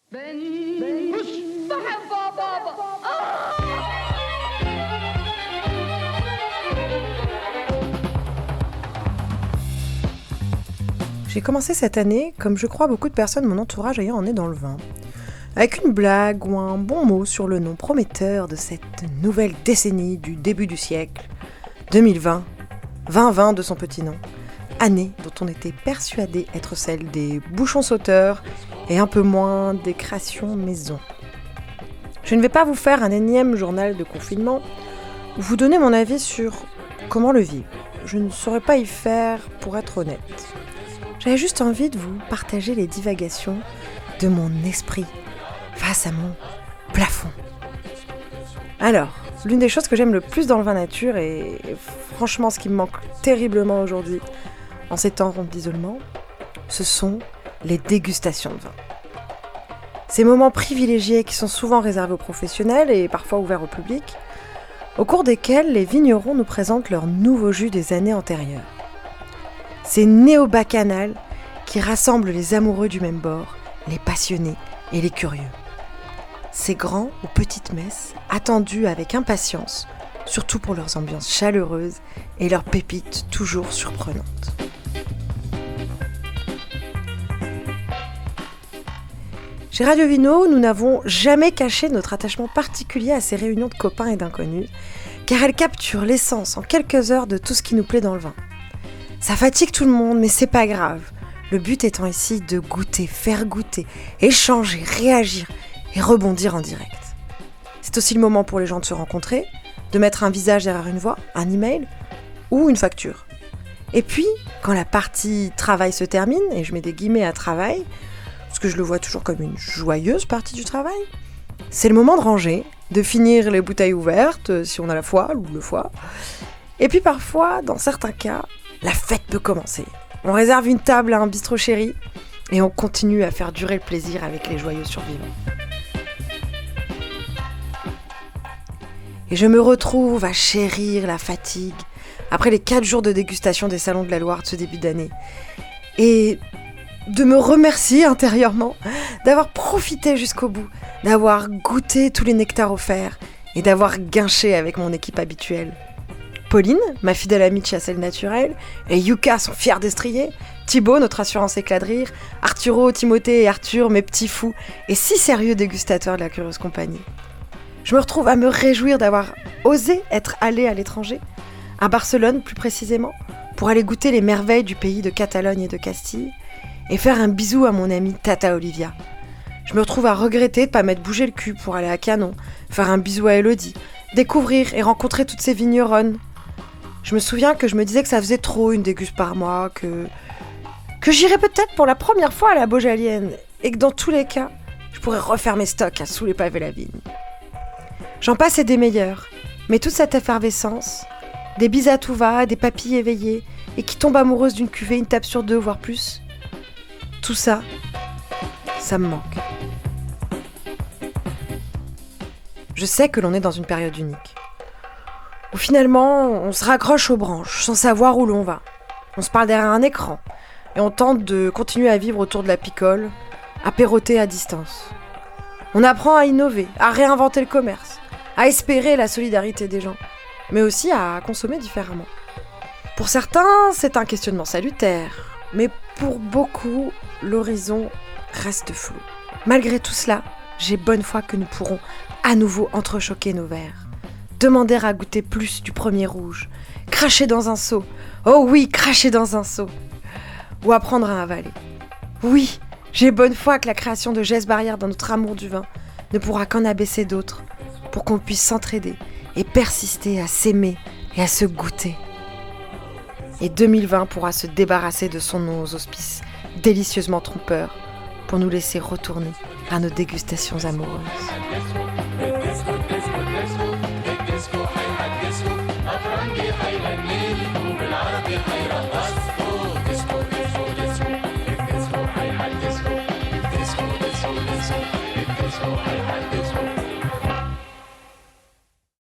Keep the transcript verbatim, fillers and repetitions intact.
J'ai commencé cette année, comme je crois beaucoup de personnes de mon entourage ayant en nez dans le vin, avec une blague ou un bon mot sur le nom prometteur de cette nouvelle décennie du début du siècle, deux mille vingt, vingt vingt de son petit nom, année dont on était persuadé être celle des bouchons sauteurs et un peu moins des créations maison. Je ne vais pas vous faire un énième journal de confinement ou vous donner mon avis sur comment le vivre. Je ne saurais pas y faire pour être honnête. J'avais juste envie de vous partager les divagations de mon esprit face à mon plafond. Alors, l'une des choses que j'aime le plus dans le vin nature, et franchement ce qui me manque terriblement aujourd'hui, en ces temps d'isolement, ce sont les dégustations de vin. Ces moments privilégiés qui sont souvent réservés aux professionnels et parfois ouverts au public, au cours desquels les vignerons nous présentent leur nouveau jus des années antérieures. Ces néo-bacchanales qui rassemblent les amoureux du même bord, les passionnés et les curieux. Ces grands ou petites messes, attendues avec impatience, surtout pour leurs ambiances chaleureuses et leurs pépites toujours surprenantes. Chez Radio Vino, nous n'avons jamais caché notre attachement particulier à ces réunions de copains et d'inconnus, car elles capturent l'essence en quelques heures de tout ce qui nous plaît dans le vin. Ça fatigue tout le monde, mais c'est pas grave. Le but étant ici de goûter, faire goûter, échanger, réagir et rebondir en direct. C'est aussi le moment pour les gens de se rencontrer, de mettre un visage derrière une voix, un email ou une facture. Et puis, quand la partie travail se termine, et je mets des guillemets à travail, parce que je le vois toujours comme une joyeuse partie du travail, c'est le moment de ranger, de finir les bouteilles ouvertes, si on a la foi ou le foie. Et puis parfois, dans certains cas, la fête peut commencer. On réserve une table à un bistrot chéri et on continue à faire durer le plaisir avec les joyeux survivants. Et je me retrouve à chérir la fatigue après les quatre jours de dégustation des salons de la Loire de ce début d'année. Et de me remercier intérieurement d'avoir profité jusqu'au bout, d'avoir goûté tous les nectars offerts et d'avoir guinché avec mon équipe habituelle. Pauline, ma fidèle amie de Chassel Naturel, et Yuka, son fier destrier, Thibaut, notre assurance éclat de rire, Arturo, Timothée et Arthur, mes petits fous, et six sérieux dégustateurs de la curieuse compagnie. Je me retrouve à me réjouir d'avoir osé être allée à l'étranger, à Barcelone plus précisément, pour aller goûter les merveilles du pays de Catalogne et de Castille, et faire un bisou à mon amie Tata Olivia. Je me retrouve à regretter de ne pas m'être bougé le cul pour aller à Canon, faire un bisou à Elodie, découvrir et rencontrer toutes ces vigneronnes. Je me souviens que je me disais que ça faisait trop une déguste par mois, que, que j'irais peut-être pour la première fois à la Beaujalienne, et que dans tous les cas, je pourrais refaire mes stocks à sous les pavés la vigne. J'en passe et des meilleurs, mais toute cette effervescence, des bises à tout va, des papilles éveillées, et qui tombent amoureuses d'une cuvée une tape sur deux, voire plus, tout ça, ça me manque. Je sais que l'on est dans une période unique, où finalement, on se raccroche aux branches, sans savoir où l'on va. On se parle derrière un écran, et on tente de continuer à vivre autour de la picole, à péroter à distance. On apprend à innover, à réinventer le commerce, à espérer la solidarité des gens, mais aussi à consommer différemment. Pour certains, c'est un questionnement salutaire, mais pour beaucoup, l'horizon reste flou. Malgré tout cela, j'ai bonne foi que nous pourrons à nouveau entrechoquer nos verres. Demander à goûter plus du premier rouge, cracher dans un seau, oh oui, cracher dans un seau, ou apprendre à avaler. Oui, j'ai bonne foi que la création de gestes barrières dans notre amour du vin ne pourra qu'en abaisser d'autres, pour qu'on puisse s'entraider et persister à s'aimer et à se goûter. Et deux mille vingt pourra se débarrasser de son nom aux auspices délicieusement trompeurs pour nous laisser retourner à nos dégustations amoureuses.